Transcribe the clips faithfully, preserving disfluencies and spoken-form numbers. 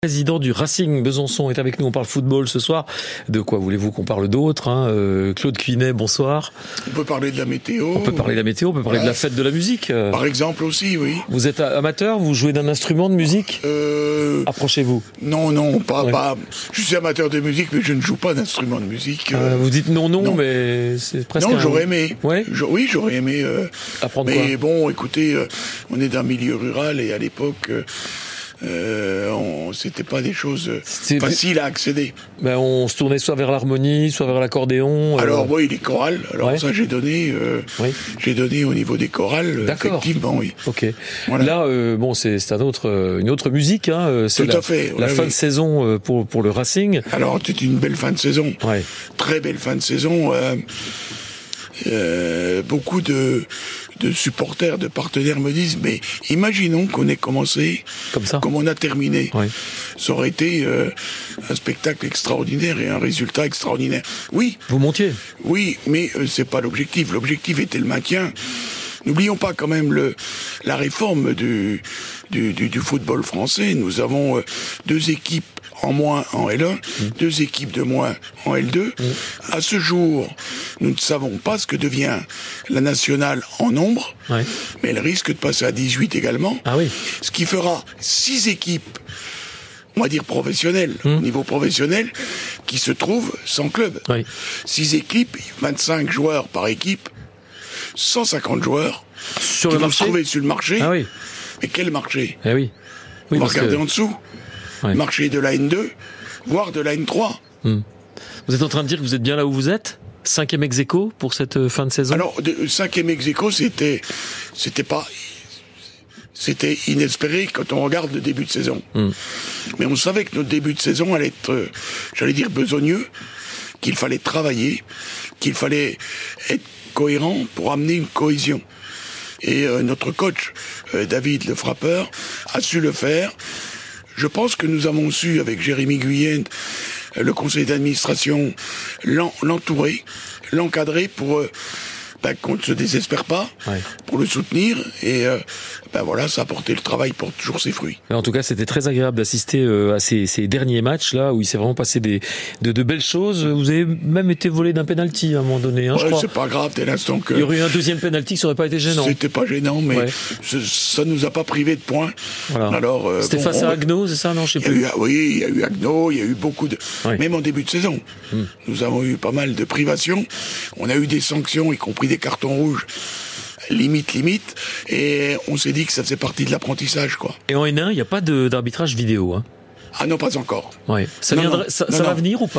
Président du Racing Besançon est avec nous, on parle football ce soir. De quoi voulez-vous qu'on parle d'autre hein euh, Claude Cuinet, bonsoir. On peut parler de la météo. On peut parler de la météo, on peut parler ouais. de la fête de la musique. Par exemple aussi, oui. Vous êtes amateur, vous jouez d'un instrument de musique euh... Approchez-vous. Non, non, pas, ouais. pas. Je suis amateur de musique, mais je ne joue pas d'instrument de musique. Euh, vous dites non, non, non. mais c'est presque... Non, un... j'aurais aimé. Ouais. Je, oui, j'aurais aimé. Euh... Apprendre mais quoi bon, écoutez, euh, on est d'un milieu rural et à l'époque... Euh... Euh, on, c'était pas des choses c'est faciles à accéder. Ben on se tournait soit vers l'harmonie, soit vers l'accordéon. Euh... Alors oui, les chorales. Alors ouais. ça, j'ai donné, euh, oui. j'ai donné au niveau des chorales. D'accord. Effectivement, oui. Ok. Voilà. Là, euh, bon, c'est, c'est un autre, une autre musique. Hein. C'est Tout la, à fait. La ouais, fin oui. de saison pour pour le Racing. Alors c'était une belle fin de saison. Ouais. Très belle fin de saison. Euh, euh, beaucoup de de supporters, de partenaires me disent, mais imaginons qu'on ait commencé comme ça, comme on a terminé. Oui. Ça aurait été euh, un spectacle extraordinaire et un résultat extraordinaire. Oui. Vous montiez. Oui, mais euh, c'est pas l'objectif. L'objectif était le maintien. N'oublions pas quand même le la réforme du du, du, du football français. Nous avons euh, deux équipes en moins en L un, mmh. deux équipes de moins en L deux. Mmh. À ce jour, nous ne savons pas ce que devient la nationale en nombre, ouais. mais elle risque de passer à dix-huit également. Ah oui. Ce qui fera six équipes, on va dire professionnelles, mmh. au niveau professionnel, qui se trouvent sans club. Oui. Six équipes, vingt-cinq joueurs par équipe, cent cinquante joueurs sur qui le vont marché. se trouver sur le marché. Ah oui. Mais quel marché ? Eh oui. Oui, on va regarder que... en dessous. Ouais. Marché de la N deux, voire de la N trois. Hum. Vous êtes en train de dire que vous êtes bien là où vous êtes ? Cinquième ex-aequo pour cette fin de saison ? Alors, de, cinquième ex-aequo, c'était, c'était pas, c'était inespéré quand on regarde le début de saison. Hum. Mais on savait que notre début de saison allait être, euh, j'allais dire, besogneux, qu'il fallait travailler, qu'il fallait être cohérent pour amener une cohésion. Et euh, notre coach, euh, David le frappeur, a su le faire. Je pense que nous avons su, avec Jérémy Guyenne, le conseil d'administration, l'entourer, l'encadrer pour euh, ben, qu'on ne se désespère pas, ouais. pour le soutenir. Et euh, ben voilà, ça a porté, le travail porte toujours ses fruits. Mais en tout cas, c'était très agréable d'assister euh, à ces, ces derniers matchs là où il s'est vraiment passé des, de, de belles choses. Vous avez même été volé d'un penalty à un moment donné. Hein, ouais, je crois. C'est pas grave dès l'instant que... Il y aurait eu un deuxième penalty qui ça aurait pas été gênant. C'était pas gênant, mais ouais. ça nous a pas privé de points. Voilà. Alors, euh, c'était bon, face on... à Agno, c'est ça, non, je sais plus. Il y a eu, oui, il y a eu Agno, il y a eu beaucoup de, ouais. même en début de saison, hum. nous avons eu pas mal de privations. On a eu des sanctions, y compris des cartons rouges. Limite, limite, et on s'est dit que ça faisait partie de l'apprentissage, quoi. Et en N un, il n'y a pas de, d'arbitrage vidéo, hein ? Ah non, pas encore. Ouais. Ça, non, viendra, non, ça, non, ça va non. venir ou pas ?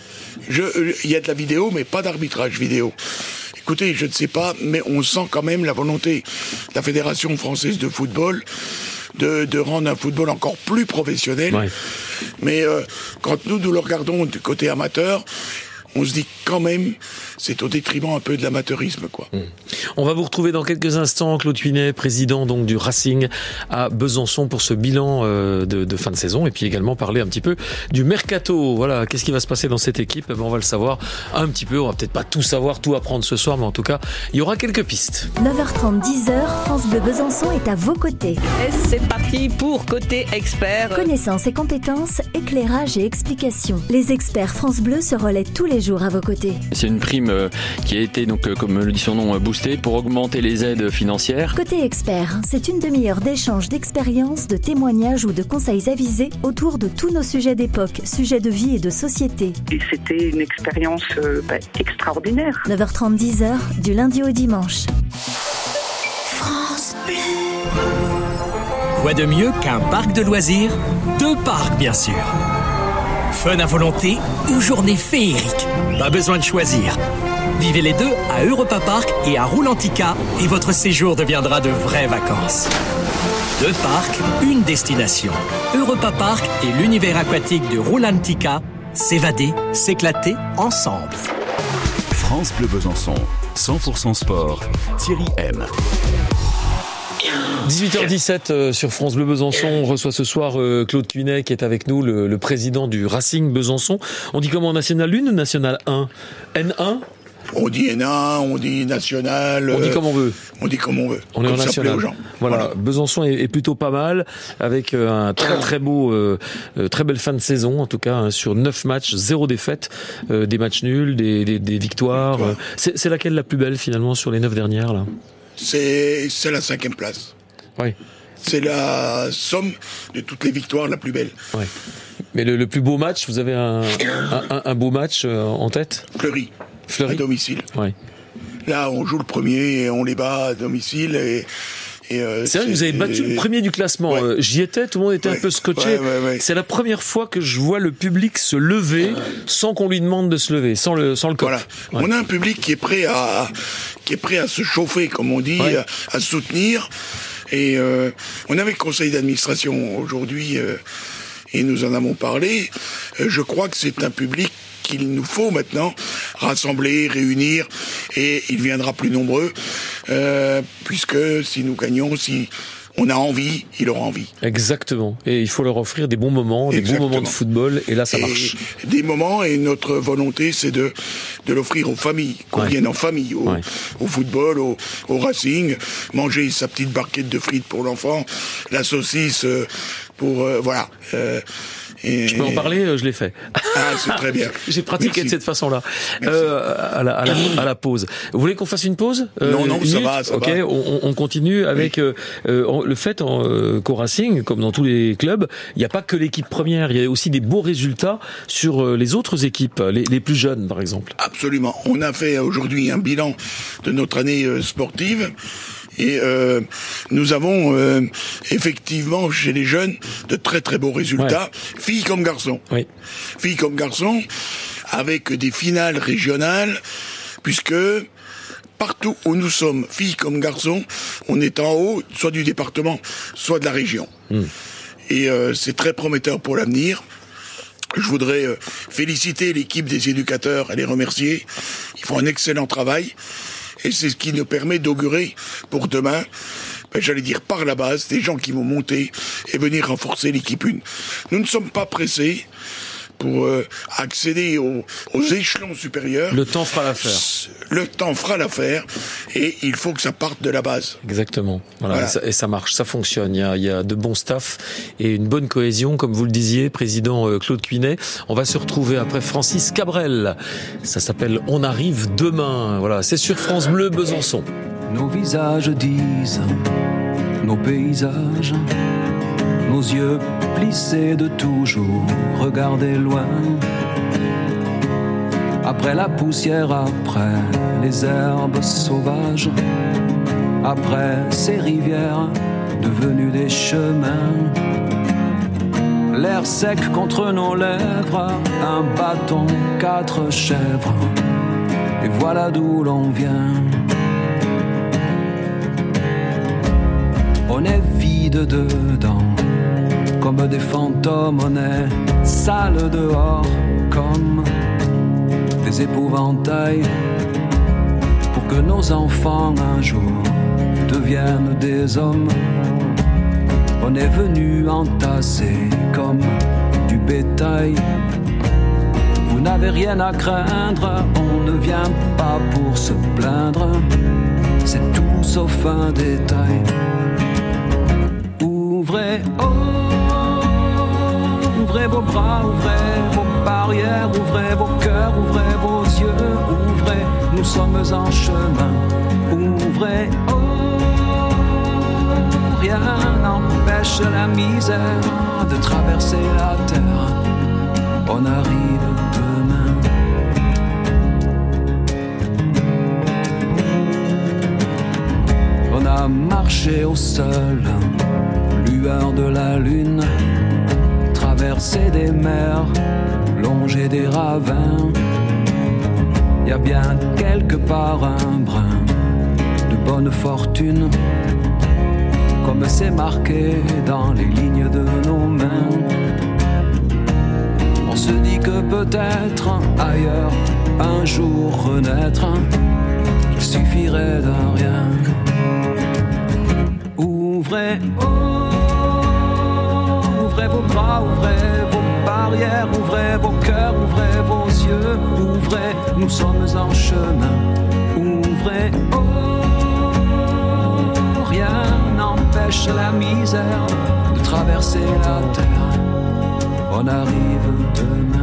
Je, il y a de la vidéo, mais pas d'arbitrage vidéo. Écoutez, je ne sais pas, mais on sent quand même la volonté de la Fédération française de football de, de rendre un football encore plus professionnel. Ouais. Mais euh, quand nous, nous le regardons du côté amateur, on se dit quand même, c'est au détriment un peu de l'amateurisme, quoi. Mmh. On va vous retrouver dans quelques instants, Claude Cuinet, président donc du Racing à Besançon pour ce bilan euh, de, de fin de saison et puis également parler un petit peu du mercato. Voilà, qu'est-ce qui va se passer dans cette équipe ? Eh ben, on va le savoir un petit peu. On va peut-être pas tout savoir, tout apprendre ce soir, mais en tout cas, il y aura quelques pistes. neuf heures trente, dix heures, France Bleu Besançon est à vos côtés. Et c'est parti pour Côté Expert. Connaissances et compétences, éclairage et explications. Les experts France Bleu se relaient tous les jours à vos côtés. C'est une prime euh, qui a été, donc, euh, comme le dit son nom, euh, boostée pour augmenter les aides financières. Côté expert, c'est une demi-heure d'échange d'expériences, de témoignages ou de conseils avisés autour de tous nos sujets d'époque, sujets de vie et de société. Et c'était une expérience euh, bah, extraordinaire. neuf heures trente, dix heures, du lundi au dimanche. France Bleu. Quoi de mieux qu'un parc de loisirs ? Deux parcs, bien sûr. Fun à volonté ou journée féerique. Pas besoin de choisir. Vivez les deux à Europa Park et à Roulantica et votre séjour deviendra de vraies vacances. Deux parcs, une destination. Europa Park et l'univers aquatique de Roulantica. S'évader, s'éclater ensemble. France Bleu Besançon, cent pour cent sport, Thierry M. dix-huit heures dix-sept euh, sur France Bleu Besançon. On reçoit ce soir euh, Claude Cuinet qui est avec nous, le, le président du Racing Besançon. On dit comment, National un ou National un ? N un ? On dit N un, on dit national. On dit comme on veut. On dit comme on veut. On est en national. Aux gens. Voilà. voilà. Besançon est, est plutôt pas mal, avec un très très beau, euh, très belle fin de saison, en tout cas, hein, sur neuf matchs, zéro défaite, euh, des matchs nuls, des, des, des victoires. Victoire. C'est, c'est laquelle la plus belle finalement sur les neuf dernières là? C'est, c'est la cinquième place. Oui. C'est la somme de toutes les victoires la plus belle. Ouais. Mais le, le plus beau match, vous avez un, un, un, un beau match en tête? Fleury. Fleury. À domicile. Ouais. Là, on joue le premier et on les bat à domicile. Et, et euh, c'est vrai que vous avez battu le premier du classement. Ouais. J'y étais, tout le monde était ouais. un peu scotché. Ouais, ouais, ouais. C'est la première fois que je vois le public se lever sans qu'on lui demande de se lever, sans le, sans le cop. Voilà. Ouais. On a un public qui est prêt à, qui est prêt à se chauffer, comme on dit, ouais. à, à soutenir. Et euh, on avait le conseil d'administration aujourd'hui euh, et nous en avons parlé. Euh, je crois que c'est un public qu'il nous faut maintenant rassembler, réunir, et il viendra plus nombreux, euh, puisque si nous gagnons, si on a envie, il aura envie. Exactement. Et il faut leur offrir des bons moments, des Exactement. bons moments de football, et là ça et marche. Des moments, et notre volonté c'est de, de l'offrir aux familles, qu'on ouais. vienne en famille, au, ouais. au football, au, au Racing, manger sa petite barquette de frites pour l'enfant, la saucisse pour... Euh, voilà. Euh, Et... Je peux en parler, je l'ai fait. Ah, c'est très bien. J'ai pratiqué Merci. de cette façon-là. Euh, à, la, à, la, à la pause. Vous voulez qu'on fasse une pause? euh, Non, non, ça va, ça Ok, va. On, on continue avec oui. euh, le fait en, euh, qu'au Racing, comme dans tous les clubs, il n'y a pas que l'équipe première, il y a aussi des beaux résultats sur euh, les autres équipes, les, les plus jeunes, par exemple. Absolument. On a fait aujourd'hui un bilan de notre année euh, sportive. Et euh, nous avons euh, effectivement chez les jeunes de très très beaux résultats, ouais. filles comme garçons. Oui. Filles comme garçons, avec des finales régionales, puisque partout où nous sommes, filles comme garçons, on est en haut, soit du département, soit de la région. Mm. Et euh, c'est très prometteur pour l'avenir. Je voudrais euh, féliciter l'équipe des éducateurs et les remercier. Ils font un excellent travail. Et c'est ce qui nous permet d'augurer pour demain, ben, j'allais dire par la base, des gens qui vont monter et venir renforcer l'équipe une. Nous ne sommes pas pressés pour euh, accéder aux, aux échelons supérieurs. Le temps fera l'affaire. Le temps fera l'affaire et il faut que ça parte de la base. Exactement. Voilà. voilà. Et, ça, et ça marche, ça fonctionne. Il y, a, il y a de bons staffs et une bonne cohésion, comme vous le disiez, président Claude Cuinet. On va se retrouver après Francis Cabrel. Ça s'appelle On arrive demain. Voilà, c'est sur France Bleu Besançon. Nos visages disent, nos paysages, nos yeux plissés de toujours regarder loin. Après la poussière, après les herbes sauvages, après ces rivières devenues des chemins. L'air sec contre nos lèvres, un bâton, quatre chèvres, et voilà d'où l'on vient. On est vide dedans, comme des fantômes, on est sale dehors, comme des épouvantails, pour que nos enfants un jour deviennent des hommes. On est venu entasser comme du bétail. Vous n'avez rien à craindre, on ne vient pas pour se plaindre, c'est tout sauf un détail. Ouvrez, oh, ouvrez vos bras, ouvrez vos barrières, ouvrez vos cœurs, ouvrez vos yeux, ouvrez, nous sommes en chemin. Ouvrez, oh, rien n'empêche la misère de traverser la terre. On arrive demain. On a marché au sol, lueur de la lune, traverser des mers, longer des ravins. Y a bien quelque part un brin de bonne fortune, comme c'est marqué dans les lignes de nos mains. On se dit que peut-être ailleurs, un jour renaître, qu'il suffirait d'un rien. Ouvrez, oh, ouvrez vos bras, ouvrez vos barrières, ouvrez vos cœurs, ouvrez vos yeux, ouvrez ouvrez, nous sommes en chemin. Ouvrez, oh, rien n'empêche la misère de traverser la terre. On arrive demain.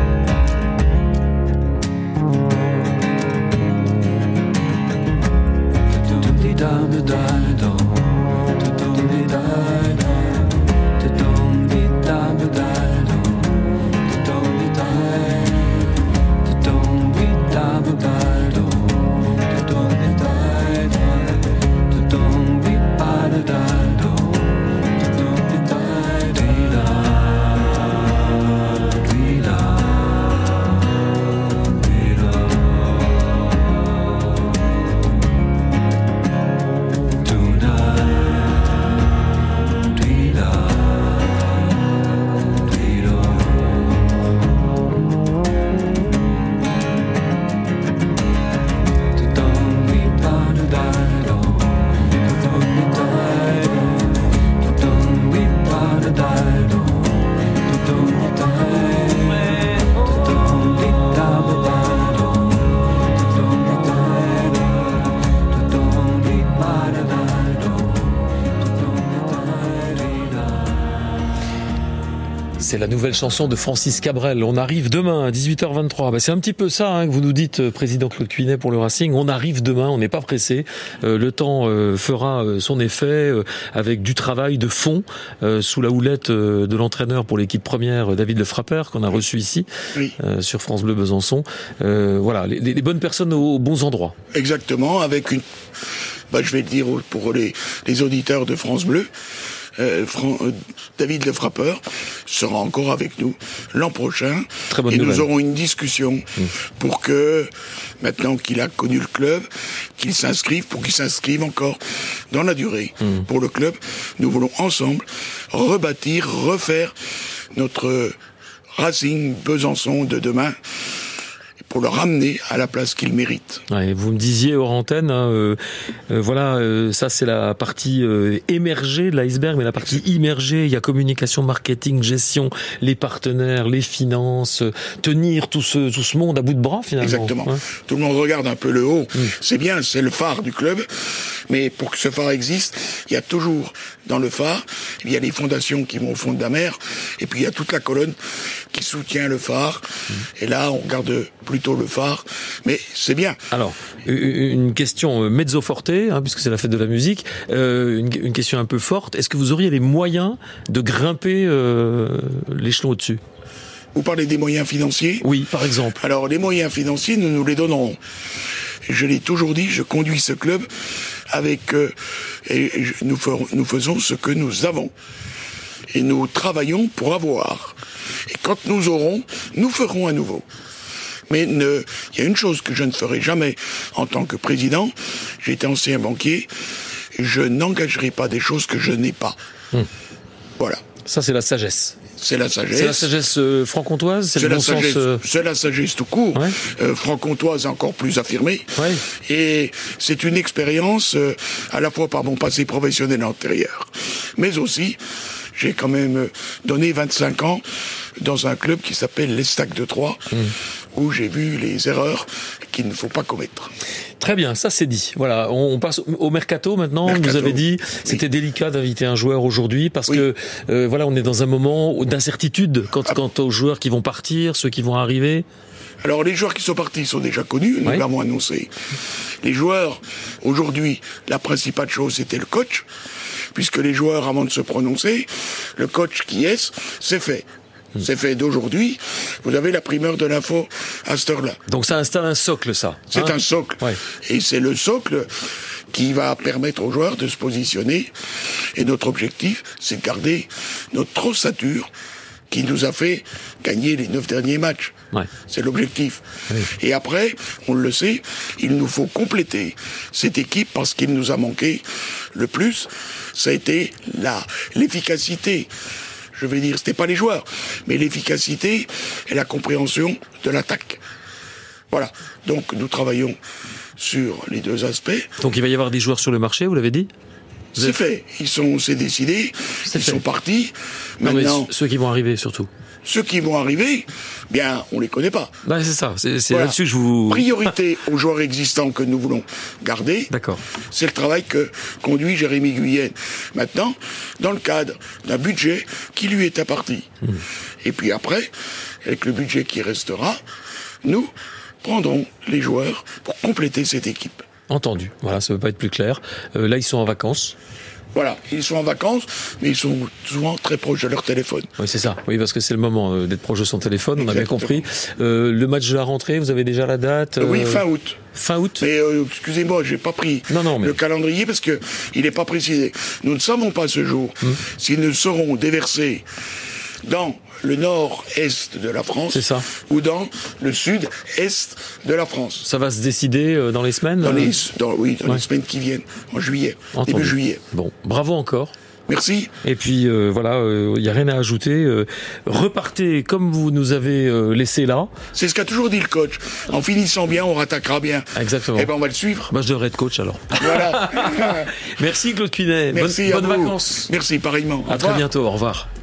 C'est la nouvelle chanson de Francis Cabrel. On arrive demain à dix-huit heures vingt-trois. Bah, c'est un petit peu ça hein, que vous nous dites, président Claude Cuinet pour le Racing. On arrive demain, on n'est pas pressé. Euh, le temps euh, fera euh, son effet euh, avec du travail de fond euh, sous la houlette euh, de l'entraîneur pour l'équipe première, David Le Frappeur, qu'on a reçu ici oui. euh, sur France Bleu Besançon. Euh, voilà, les, les bonnes personnes aux, aux bons endroits. Exactement, avec une... Bah, je vais le dire pour les, les auditeurs de France Bleu. Euh, Fran- euh, David Le Frappeur sera encore avec nous l'an prochain. Très bonne et nouvelle. Nous aurons une discussion mmh. pour que, maintenant qu'il a connu le club, qu'il s'inscrive, pour qu'il s'inscrive encore dans la durée mmh. pour le club. Nous voulons ensemble rebâtir, refaire notre Racing Besançon de demain, pour le ramener à la place qu'il mérite. Ouais, vous me disiez hors antenne, hein, euh, euh, voilà, euh, ça c'est la partie euh, émergée de l'iceberg, mais la partie immergée, il y a communication, marketing, gestion, les partenaires, les finances, euh, tenir tout ce tout ce monde à bout de bras finalement. Exactement. Hein. Tout le monde regarde un peu le haut. Mmh. C'est bien, c'est le phare du club, mais pour que ce phare existe, il y a toujours dans le phare, il y a les fondations qui vont au fond de la mer, et puis il y a toute la colonne qui soutient le phare. Mmh. Et là, on regarde plutôt le phare, mais c'est bien. Alors, une question mezzo forte, hein, puisque c'est la fête de la musique, euh, une, une question un peu forte. Est-ce que vous auriez les moyens de grimper euh, l'échelon au-dessus ? Vous parlez des moyens financiers ? Oui, par exemple. Alors, les moyens financiers, nous nous les donnerons. Je l'ai toujours dit, je conduis ce club avec... Euh, et nous, ferons, nous faisons ce que nous avons. Et nous travaillons pour avoir. Et quand nous aurons, nous ferons à nouveau. Mais ne, il y a une chose que je ne ferai jamais en tant que président. J'ai été ancien banquier. Je n'engagerai pas des choses que je n'ai pas. Hum. Voilà. Ça, c'est la sagesse. C'est la sagesse. C'est la sagesse euh, franc-comtoise, c'est, c'est le bon sagesse, sens. Euh... C'est la sagesse tout court. Ouais. Euh, franc-comtoise encore plus affirmée. Ouais. Et c'est une expérience euh, à la fois par mon passé professionnel antérieur, mais aussi j'ai quand même donné vingt-cinq ans dans un club qui s'appelle l'Estac de Troyes, mmh. où j'ai vu les erreurs qu'il ne faut pas commettre. Très bien, ça c'est dit. Voilà, on passe au mercato maintenant. Mercato. Vous avez dit c'était oui. délicat d'inviter un joueur aujourd'hui parce oui. que euh, voilà, on est dans un moment d'incertitude quant, ah. quant aux joueurs qui vont partir, ceux qui vont arriver. Alors les joueurs qui sont partis sont déjà connus, nous oui. l'avons annoncé. Les joueurs, aujourd'hui, la principale chose c'était le coach, puisque les joueurs, avant de se prononcer, le coach qui est, c'est fait. Mmh. C'est fait d'aujourd'hui. Vous avez la primeur de l'info à cette heure-là. Donc ça installe un socle, ça. C'est hein un socle. Ouais. Et c'est le socle qui va permettre aux joueurs de se positionner. Et notre objectif, c'est de garder notre ossature qui nous a fait gagner les neuf derniers matchs. Ouais. C'est l'objectif. Oui. Et après, on le sait, il nous faut compléter cette équipe parce qu'il nous a manqué le plus. Ça a été la, l'efficacité. Je vais dire, c'était pas les joueurs, mais l'efficacité et la compréhension de l'attaque. Voilà. Donc, nous travaillons sur les deux aspects. Donc, il va y avoir des joueurs sur le marché, vous l'avez dit ? C'est fait. Ils sont, c'est décidé. C'est ils fait. sont partis. Non, Maintenant, mais ceux qui vont arriver surtout. ceux qui vont arriver, bien, on les connaît pas. Ouais, c'est ça. C'est, c'est Voilà. là-dessus que je vous. Priorité aux joueurs existants que nous voulons garder. D'accord. C'est le travail que conduit Jérémy Guyenne. Maintenant, dans le cadre d'un budget qui lui est apparti. Mmh. Et puis après, avec le budget qui restera, nous prendrons les joueurs pour compléter cette équipe. Entendu. Voilà, ça ne veut pas être plus clair. Euh, là, ils sont en vacances. Voilà, ils sont en vacances, mais ils sont souvent très proches de leur téléphone. Oui, c'est ça. Oui, parce que c'est le moment euh, d'être proche de son téléphone, on Exactement. a bien compris. Euh, le match de la rentrée, vous avez déjà la date euh... Oui, fin août. Fin août. Mais euh, excusez-moi, j'ai pas pris non, non, mais... le calendrier parce que il n'est pas précisé. Nous ne savons pas ce jour hum. s'ils ne seront déversés dans le nord-est de la France c'est ça. ou dans le sud-est de la France. Ça va se décider euh, dans les semaines dans euh... les, dans, Oui, dans ouais. les semaines qui viennent, en juillet, Entendu. début juillet. Bon, bravo encore. Merci. Et puis euh, voilà, il euh, n'y a rien à ajouter. Euh, repartez comme vous nous avez euh, laissé là. C'est ce qu'a toujours dit le coach. En finissant bien, on rattaquera bien. Exactement. Et ben on va le suivre. Bah, je devrais être coach alors. Voilà. Merci Claude Cuinet. Merci Bonne, à bonnes vous. vacances. Merci pareillement. À très bientôt. Au revoir.